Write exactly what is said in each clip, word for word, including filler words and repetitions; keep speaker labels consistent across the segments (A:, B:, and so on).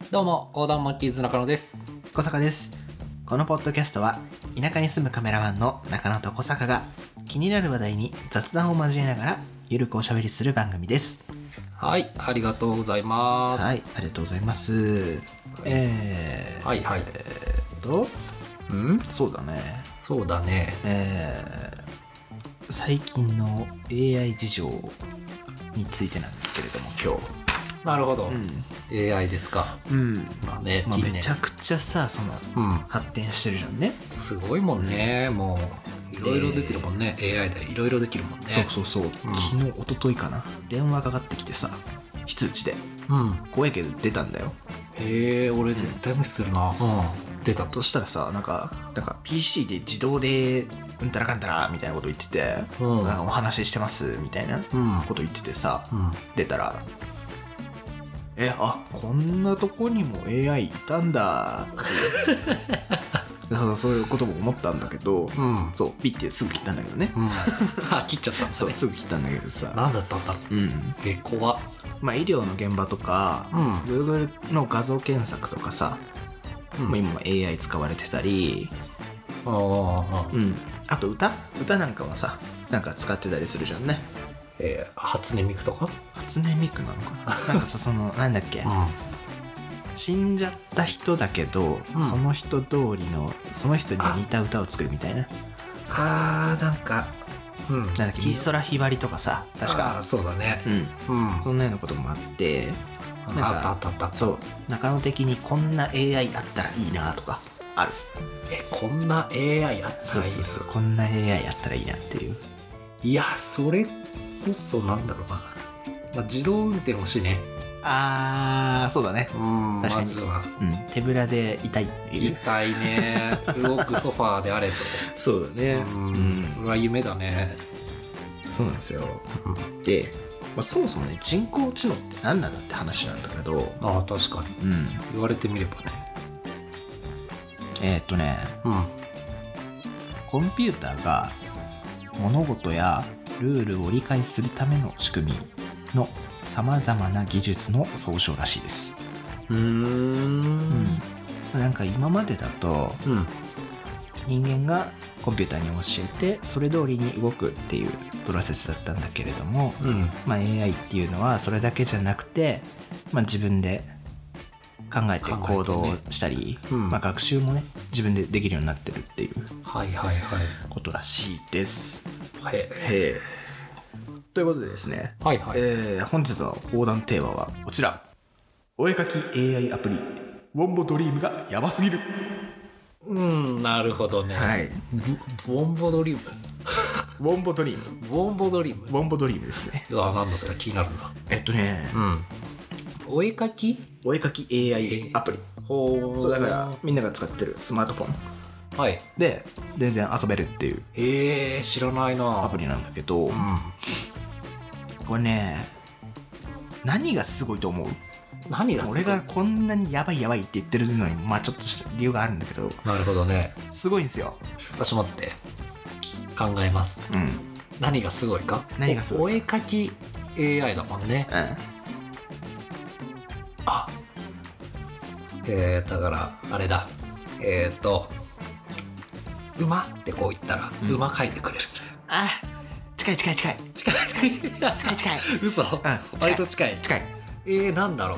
A: どうも横断マッキーズ中野です。
B: 小坂です。このポッドキャストは田舎に住むカメラマンの中野と小坂が気になる話題に雑談を交えながらゆるくおしゃべりする番組です。
A: はい、ありがとうございます。
B: はい、ありがとうございます。えー、
A: はいはい
B: えーっと
A: うん
B: そうだね
A: そうだね
B: えー、最近の エーアイ 事情についてなんですけれども、今日
A: なるほど、
B: うん、
A: エーアイ ですか。
B: うん
A: まあね、
B: まあ、
A: 近年
B: めちゃくちゃさその、
A: うん、
B: 発展してるじゃんね。
A: すごいもんね、うん、もういろいろできるもんね、えー、エーアイ でいろいろできるもんね。
B: そうそうそう、うん、昨日一昨日かな、電話かかってきてさ、非通知で、うん、怖いけど出たんだよ。へ
A: え俺絶対無視するな、うん、出たと。
B: そしたらさ、なんかなんか ピーシー で自動でうんたらかんたらみたいなこと言ってて、うん、なんかお話ししてますみたいなこと言っててさ、うん、出たらえあこんなとこにも エーアイ いたんだってそうそういうことも思ったんだけど、うん、そうピッてすぐ切ったんだけどね、うん、
A: あ切っちゃったんだね。
B: そうすぐ切ったんだけどさ、
A: 何だったんだろう、うん、え怖っ。
B: まあ医療の現場とか、うん、Google の画像検索とかさ、うん、今も エーアイ 使われてたり、あ、うん、あと歌歌なんかもさなんか使ってたりするじゃんね。
A: えー、初音ミクとか
B: 初音ミクなのかななんかさそのなんだっけ、うん、死んじゃった人だけど、うん、その人通りのその人に似た歌を作るみたいな。
A: あーなんかうん、
B: なんだっけ美空ひばりとかさ、確か。
A: あそうだね、
B: うんうん、そんなようなこともあって、
A: なんかあったあったあった
B: そう中野的にこんな エーアイ あったらいいなとかある。
A: えこんな エーアイあったらいいな。
B: そうそうそうこんな エーアイ あったらいいなっていう。
A: いやそれこそなんだろうな、まあ、自動運転をしね。
B: あーそうだね、うん確かに、まずは、うん、手ぶらで痛いっていう。
A: 痛いね動くソファーであれと
B: そうだね、
A: うん、うん、それは夢だね。
B: そうなんですよ、うん、で、まあ、そもそもね人工知能って何なんだって話なんだけど。
A: ああ確かに、うん、言われてみればね。
B: えー、っとね、うん、コンピューターが物事やルールを理解するための仕組みのさまざまな技術の総称らしいです。うーん、うん、なんか今までだと、うん、人間がコンピューターに教えてそれ通りに動くっていうプロセスだったんだけれども、うんまあ、エーアイ っていうのはそれだけじゃなくて、まあ、自分で考えて行動したり、ねうんまあ、学習もね自分でできるようになってるっていうことらしいです。はいはいはい、へーということでですね、はいはいえー、本日の横断テーマはこちら。お絵描き エーアイ アプリウォンボドリームがやばすぎる。
A: うんなるほどね、はい、ウォンボドリーム
B: ウォンボドリーム
A: ウォンボドリーム
B: ウォンボドリームですね。
A: あなんですか気になるな。え
B: っとね、うん、
A: お絵描き
B: お絵描き エーアイ アプリ、えー、ほそうだからみんなが使ってるスマートフォンはい、で全然遊べるっていう
A: へえ知らないな
B: アプリなんだけど、うん、これね何がすごいと思う？何がすごい？俺がこんなにやばいやばいって言ってるのにまあちょっとした理由があるんだけど。
A: なるほどね
B: すごいんですよ。
A: 私待って考えます、うん、何がすごいか。何がすごい？お絵描き エーアイ だもんね、うん、あえー、だからあれだえっ、ー、と馬ってこう言ったら、うん、馬描いてくれる。
B: あ近い近い近い近い近い近い近い
A: 嘘、うん、割と近い
B: 近い。
A: えー、なんだろ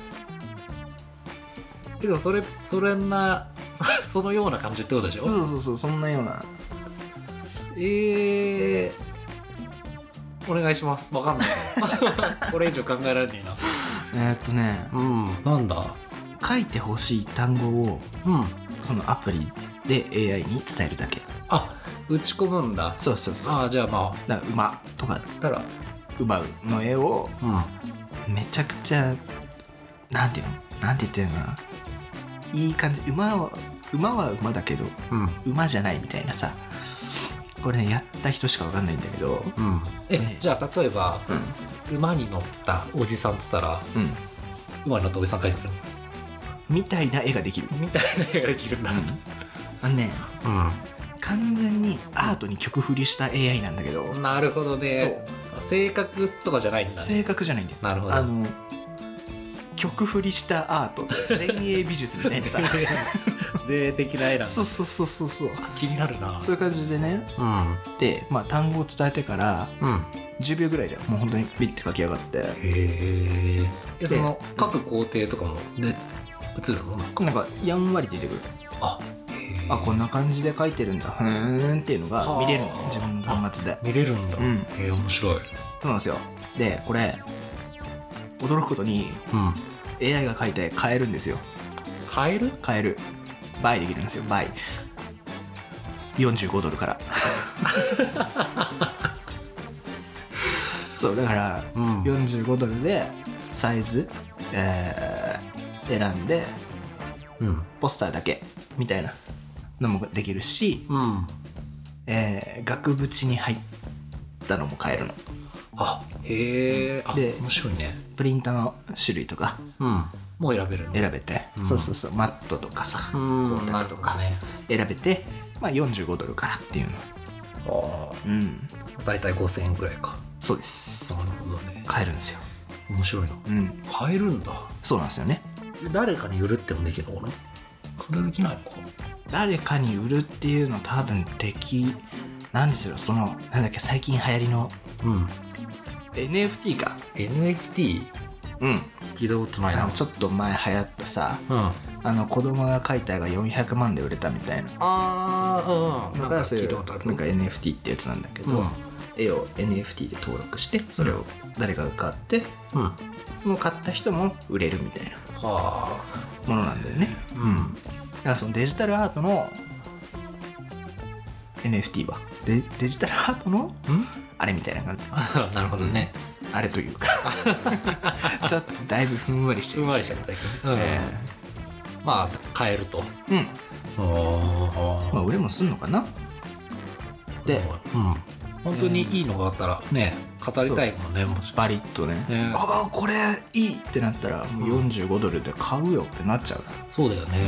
A: う。でもそれそれなそのような感じってことでしょ。
B: そうそうそうそんなような。
A: えー、お願いします。わかんないこれ以上考えられね
B: えな。えーっとね
A: うんなんだ
B: 書いてほしい単語を、うん、そのアプリで エーアイ に伝えるだけ。
A: あ打ち込むんだ。
B: そうそうそう。
A: あじゃあまあ
B: だから馬とかだったら馬の絵を、うん、めちゃくちゃなんていうのなんて言ってるのかないい感じ。馬は馬は馬だけど、うん、馬じゃないみたいなさ。これねやった人しか分かんないんだけど、うん、
A: え、ね、じゃあ例えば、うん、馬に乗ったおじさんっつったら、うん、馬に乗ったおじさん描いてくる
B: みたいな絵ができる
A: みたいな絵ができるんだ、うん、
B: あのね、うん、完全にアートに曲振りした エーアイ なんだけど。
A: なるほどね。そう性格とかじゃないんだ、ね、
B: 性格じゃないんだよ。
A: なるほど。
B: あの曲振りしたアート前衛美術みたいなさ
A: 税的な絵なんだ。
B: そうそうそうそうそう
A: 気になるな。
B: そういう感じでね、
A: うん
B: で、まあ、単語を伝えてから
A: うん
B: じゅうびょうぐらいでもう本当にピッて書き上がって、
A: へえ。その各工程とかもで映るのなんか
B: なんかやんわり出てくる。
A: あへえ。
B: あこんな感じで書いてるんだふーんっていうのが見れるの自分の端末で。
A: 見れるんだ。
B: うん
A: へえ面白い。
B: そうなんですよ。でこれ驚くことに
A: うん。
B: エーアイ が書いて買えるんですよ。
A: 買える？
B: 買える倍できるんですよ。倍よんじゅうごドルからそうだから、
A: うん、
B: よんじゅうごドルでサイズ、えー、選んで、
A: うん、
B: ポスターだけみたいなのもできるし、
A: うん
B: えー、額縁に入ったのも買えるの。
A: あへえ。
B: で
A: 面白いね。
B: プリンターの種類とか、
A: うん、もう選べるの？
B: 選べて、うん、そうそうそうマットとかさ、
A: うん
B: 光沢とか
A: ね
B: 選べて、まあ、よんじゅうごドルからっていうの。
A: ああ
B: うん
A: だいたいごせんえんくらいか。
B: そうです。
A: なるほどね。
B: 買えるんですよ。
A: 面白いな。
B: うん
A: 買えるんだ。
B: そうなんですよね。
A: 誰かに売るってもできるのかな？それできないのか。
B: 誰かに売るっていうの多分できなんですよ。そのなんだっけ最近流行りの
A: うん
B: エヌエフティー か。
A: エヌエフティー？
B: うん
A: 聞いたことないな。
B: あのちょっと前流行ったさ、
A: うんあ
B: あの子供が描いた絵がよんひゃくまんで売れたみたいな
A: あうん
B: のがそうい
A: 聞いうたことある。
B: なんか エヌエフティー ってやつなんだけど、
A: うん
B: 絵を エヌエフティー で登録してそれを誰かが買って、
A: うん
B: もう買った人も売れるみたいな
A: はあ
B: ものなんだよね。
A: うん
B: だからそのデジタルアートの エヌエフティー はデ, デジタルアートの
A: ん
B: あれみたいな感じ。
A: なるほどね。
B: あれというかちょっとだいぶふんわりしてる
A: ふんわりしちゃったけど、うん
B: え
A: まあ買えると。
B: ーうん
A: あ
B: まあ売れもすんのかな。で
A: うん本当にいいのがあったらね飾りたいもんね。もし
B: バリッとね、
A: ね
B: ああこれいいってなったらもうよんじゅうごドルで買うよってなっちゃう、
A: そうだよね。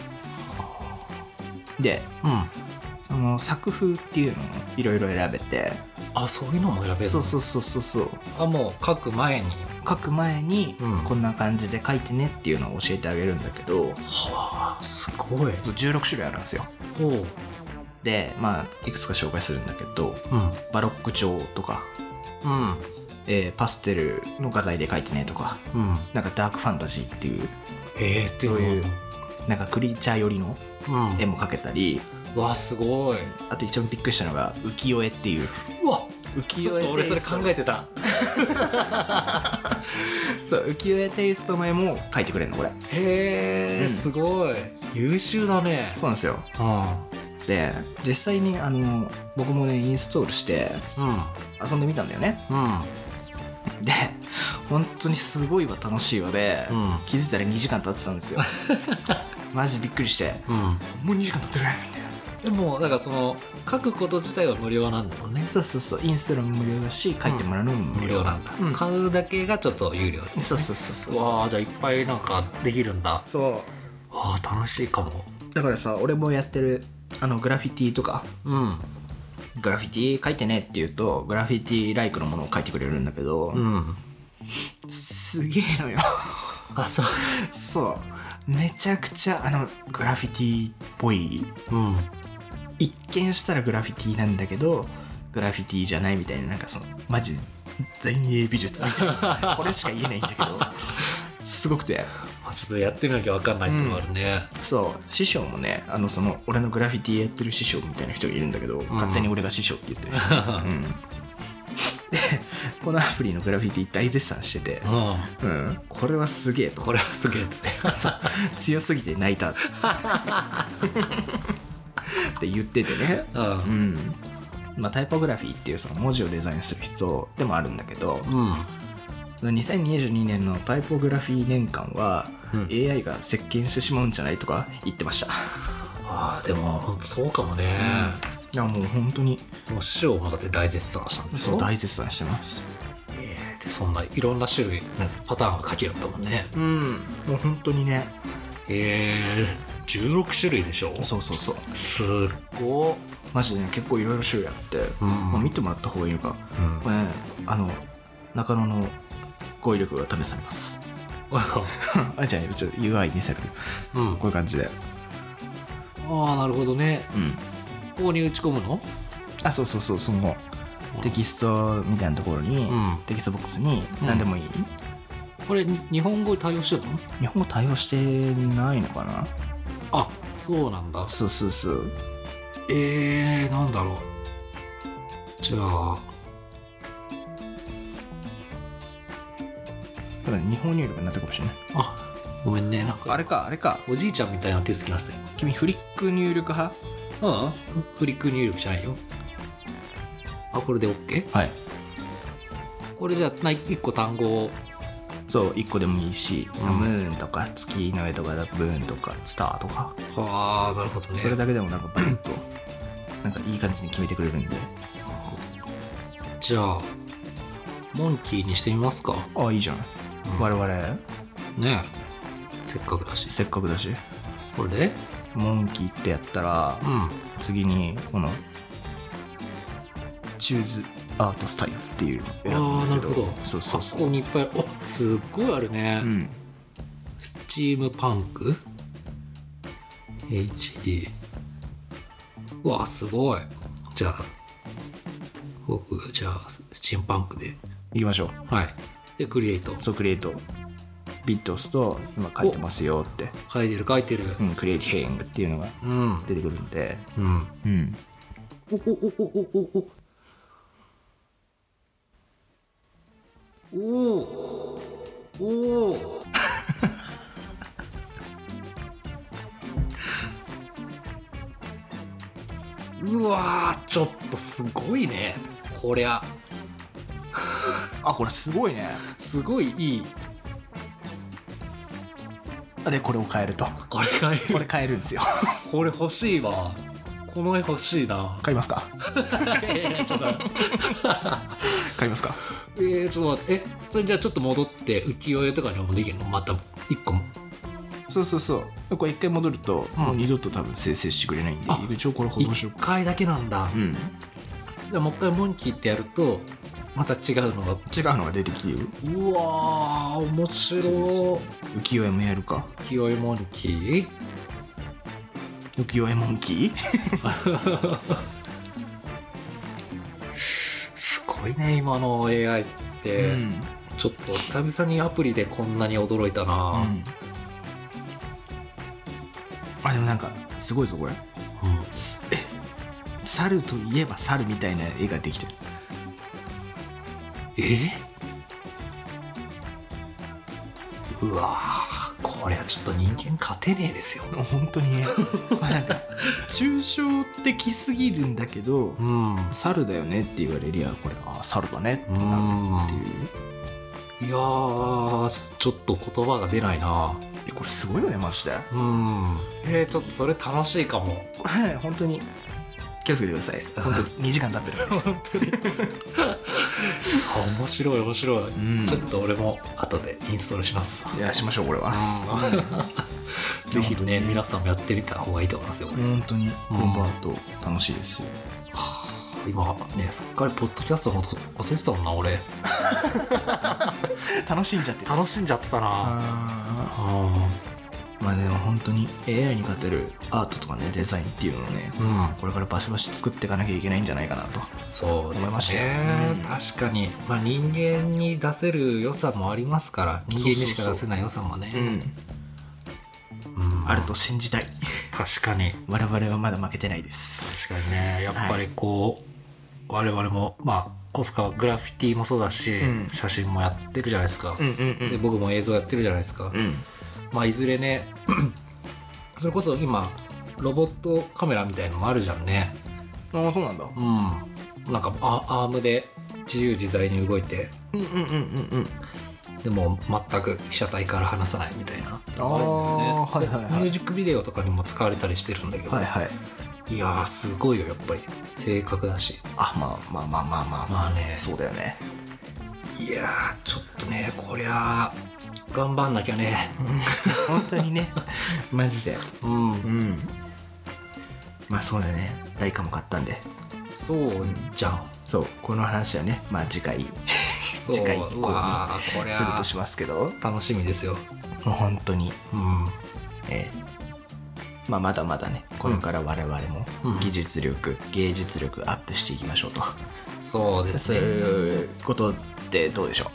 B: で
A: うん
B: その作風っていうのをいろいろ選べて、
A: あそういうのも選べるの？
B: そうそうそうそうそう
A: あもう書く前に
B: 書く前に
A: うん
B: こんな感じで書いてねっていうのを教えてあげるんだけど、
A: はあすごい。
B: じゅうろく種類あるんですよ。
A: おう
B: でまあいくつか紹介するんだけど、
A: うん
B: バロック調とか、
A: うん
B: えーパステルの画材で描いてねとか、
A: うん
B: なんかダークファンタジーっていう
A: えー、って
B: そういう
A: いう
B: なんかクリーチャー寄りの
A: の
B: 絵も描けたり、
A: うんわすごい。
B: あと一番びっくりしたのが浮世絵っていう
A: うわ
B: 浮
A: ちょっと俺それ考えてた。
B: そう浮世絵テイストの絵も描いてくれるのこれ。
A: へえ、
B: うん
A: すごい優秀だね。
B: そうなんですよ。
A: う
B: で実際にあの僕もねインストールして
A: んうん
B: 遊んでみたんだよね。
A: うん
B: で本当にすごいわ楽しいわで、
A: うん
B: 気づいたらにじかん経ってたんですよマジびっくりして
A: うん
B: もうにじかん経ってるみたいな。
A: でもだからその書くこと自体は無料なんだもんね。
B: そうそうそうインストールも無料だし書いてもらうのも無料
A: 無料なんだ、
B: うん
A: 買うだけがちょっと有料です、ね、
B: そうそうそうそう
A: わあじゃあいっぱいなんかできるんだ。
B: そう
A: わあ楽しいかも。
B: だからさ俺もやってるあのグラフィティとか
A: うん
B: グラフィティ書いてねって言うとグラフィティライクのものを書いてくれるんだけど、
A: うん
B: すげえのよ
A: あそう
B: そうめちゃくちゃあのグラフィティっぽい
A: うん
B: 一見したらグラフィティなんだけどグラフィティじゃないみたいななんかそのマジ前衛美術みたいなこれしか言えないんだけどすごくて
A: ちょっとやってみなきゃ分かんないってのがあるね、
B: そう師匠もねあのその俺のグラフィティやってる師匠みたいな人がいるんだけど、勝手に俺が師匠って言ってる、うん、でこのアプリのグラフィティ大絶賛してて、
A: うん
B: うん、これはすげえと
A: これはすげえっつって
B: 強すぎて泣いたって言っててね、
A: うん
B: うんまあ、タイポグラフィーっていうその文字をデザインする人でもあるんだけど、
A: うん、
B: にせんにじゅうにねんのタイポグラフィー年間は、
A: うん、
B: エーアイ が席巻してしまうんじゃないとか言ってました。
A: あーでも本当そうかもね、
B: いやもう本当に
A: もう師匠もだって大絶賛したんでしょ。
B: そう大絶賛してます。
A: えーでそんないろんな種類、ね、パターンが書けるんだもんね。
B: うんもう本当にね
A: えー、じゅうろく種類でしょ。
B: そうそうそう
A: すっごっ
B: マジでね結構いろいろ種類あって、
A: うん
B: まあ、見てもらった方がいいのか、
A: うん
B: これねあの中野の語彙力が試されます。 あじゃあちょっと ユーアイ 見せる、
A: うん、
B: こういう感じで。
A: ああなるほどね。
B: うん
A: ここに打ち込むの？
B: あそうそうそう、そのテキストみたいなところに、うん、テキストボックスに何でもいい、うん、
A: これ日本語対応してるの？
B: 日本語対応してないのかな。
A: あそうなんだ。
B: そうそうそう。
A: えー、なんだろう。じゃあ
B: ただ日本入力になってるかもしれない。
A: あごめんね。なんか
B: あれかあれか
A: おじいちゃんみたいな手つきなさい。
B: 君フリック入力派？
A: うん、フリック入力じゃないよ。あこれで OK？
B: はい。こ
A: れじゃあいっこ単語を
B: そういっこでもいいし、うん、ムーンとか月の上とかブーンとかスターとか。
A: はあなるほどね。
B: それだけでもなんかバンとなんかいい感じに決めてくれるんで。
A: じゃあモンキーにしてみますか。
B: あいいじゃん、うん、我々ね
A: えせっかくだし
B: せっかくだし
A: これで
B: モンキーってやったら、うん、次にこのチューズアートスタイルっていうのを選ぶんだけど。
A: ああなるほど。
B: そうそうそう。
A: ここにいっぱいおすっごいあるね、うん、スチームパンク エイチディー うわすごい。じゃあ僕じゃあスチームパンクで
B: いきましょ
A: う。はい。でクリエイト。
B: そうクリエイトビット押すと今書いてますよって
A: 書いてる書いてる、
B: うん、クリエイティングっていうのが出てくるんで、
A: うんうん、おおおおおおおおおおうわーちょっとすごいねこりゃ
B: あこれすごいね。
A: すごいいい。
B: でこれを変えると
A: これ変える
B: これ変えるんですよ
A: これ欲しいわ。この絵欲しいな。
B: 買いますか
A: いやいやちょっと
B: 買いますか。
A: えー、ちょっと待って。えそれじゃあちょっと戻って浮世絵とかにもできるのまた一個も。
B: そうそうそう。これ一回戻ると、うん、もう二度と多分生成してくれないんで一応これ保存しよう。
A: 一回だけなんだ。
B: うん
A: じゃあもう一回モンキーってやるとまた違うのが
B: 違うのが出てきてる。
A: うわー面白い。
B: 浮世絵もやるか。
A: 浮世絵モンキー
B: 浮世絵モンキー
A: すごいね今の エーアイって、うん、ちょっと久々にアプリでこんなに驚いたな、うん、
B: あでもなんかすごいぞこれ、うん、え猿といえば猿みたいな絵ができてる。
A: えうわこれはちょっと人間勝てねえですよ
B: 本当にねなんか抽象的すぎるんだけど、うん、猿だよねって言われりゃこれあ猿だねってなるっていう。
A: いやーちょっと言葉が出ないな。
B: えこれすごいよねマジで。
A: うんえー、ちょっとそれ楽しいかも
B: 本当に気をつけてください。本当ににじかん経ってる
A: 本当に面白い面白い、うん、ちょっと俺も後でインストールします。
B: いやしましょうこれは
A: ぜひね皆さんもやってみた方がいいと思いますよ。
B: 本当にコンバート楽しいです、
A: うん、今ねすっかりポッドキャストのこと忘れてたもんな俺
B: 楽しんじゃって
A: 楽しんじゃってたなあ。
B: まあでも本当に エーアイ に勝てるアートとかねデザインっていうのをね、うん、これからバシバシ作っていかなきゃいけないんじゃないかなと
A: そう思いましたね、うん、確かに、まあ、人間に出せる良さもありますから人間にしか出せない良さもね
B: そうそうそう、うんうん、あると信じたい。
A: 確かに
B: 我々はまだ負けてないです。
A: 確かにねやっぱりこう、はい、我々もまあコスカはグラフィティもそうだし、うん、写真もやってるじゃないですか、うんうんうん、で僕も映像やってるじゃないですか、うんまあ、いずれねそれこそ今ロボットカメラみたいのもあるじゃんね。
B: ああそうなんだ。
A: うんなんかアームで自由自在に動いて
B: うんうんうんうんうん
A: でも全く被写体から離さないみたいな
B: ああ、ねはいはいはい、
A: ミュージックビデオとかにも使われたりしてるんだけど、
B: はいはい、
A: いやーすごいよやっぱり正確だし。
B: あまあまあまあまあまあ
A: まあね
B: そうだよね。
A: いやーちょっとねこりゃ頑張んなきゃね
B: 本当にねマジで
A: うん、うん、
B: まあそうだねライカも買ったんで
A: そうじゃん、
B: そうこの話はねまあ次回次回以降に
A: これ
B: するとしますけど、
A: 楽しみですよ。
B: もう本当に、
A: うん、
B: えーまあ、まだまだねこれから我々も技術力、うん、芸術力アップしていきましょうと。
A: そうですね。
B: そういうことってどうでしょ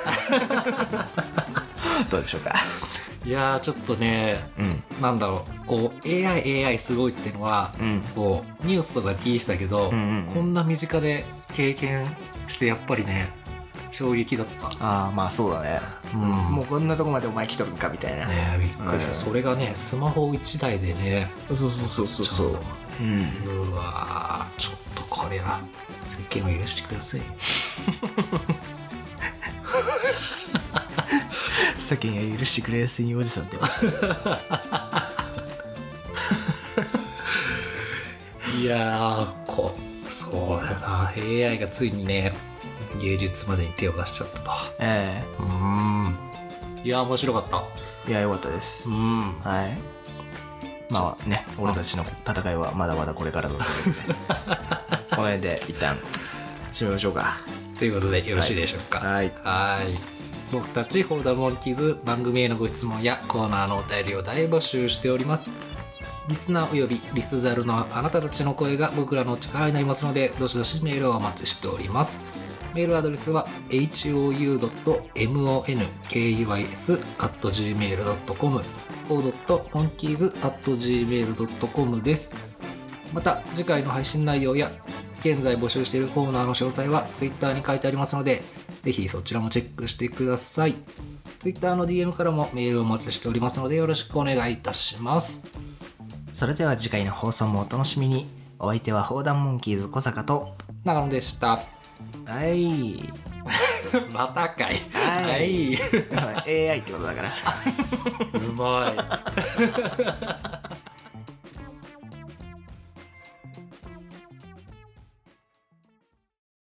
B: うどうでしょうか。
A: いやーちょっとね、うん、なんだろう、こう エーアイ エーアイ すごいっていうのは、うん、こうニュースとか聞いてたけど、うんうん、こんな身近で経験してやっぱりね衝撃だった。
B: ああまあそうだね、うん、もうこんなとこまでお前来とるんかみたいな
A: ね。びっくりした、うん、それがねスマホいちだいでね。
B: そうそうそうそうそう、
A: うん、うわちょっとこれは世間を許してください
B: 世間は許してくれやすいおじさんって
A: いやーこそうだな、 エーアイ がついにね芸術までに手を出しちゃったと。
B: ええー、う
A: ん、いや面白かった。
B: いやよかったです。うん、はい。まあね俺たちの戦いはまだまだこれからだということでこの辺で一旦締めましょうか。
A: ということでよろしいでしょうか。
B: はい、
A: はい、僕たちホーダモンキーズ番組へのご質問やコーナーのお便りを大募集しております。リスナーおよびリスザルのあなたたちの声が僕らの力になりますので、どしどしメールをお待ちしております。メールアドレスは エイチオーユードットモノケーユーエス アット ジーメール ドット コム オー ドット モンキーズ アット ジーメール ドット コム です。また次回の配信内容や現在募集しているコーナーの詳細は Twitter に書いてありますので、ぜひそちらもチェックしてください。Twitter の ディーエム からもメールをお待ちしておりますのでよろしくお願いいたします。
B: それでは次回の放送もお楽しみに。お相手は砲弾モンキーズ小坂と
A: 長野でした。
B: はい
A: またかい。
B: はい、はい、エーアイ ってことだから
A: うまい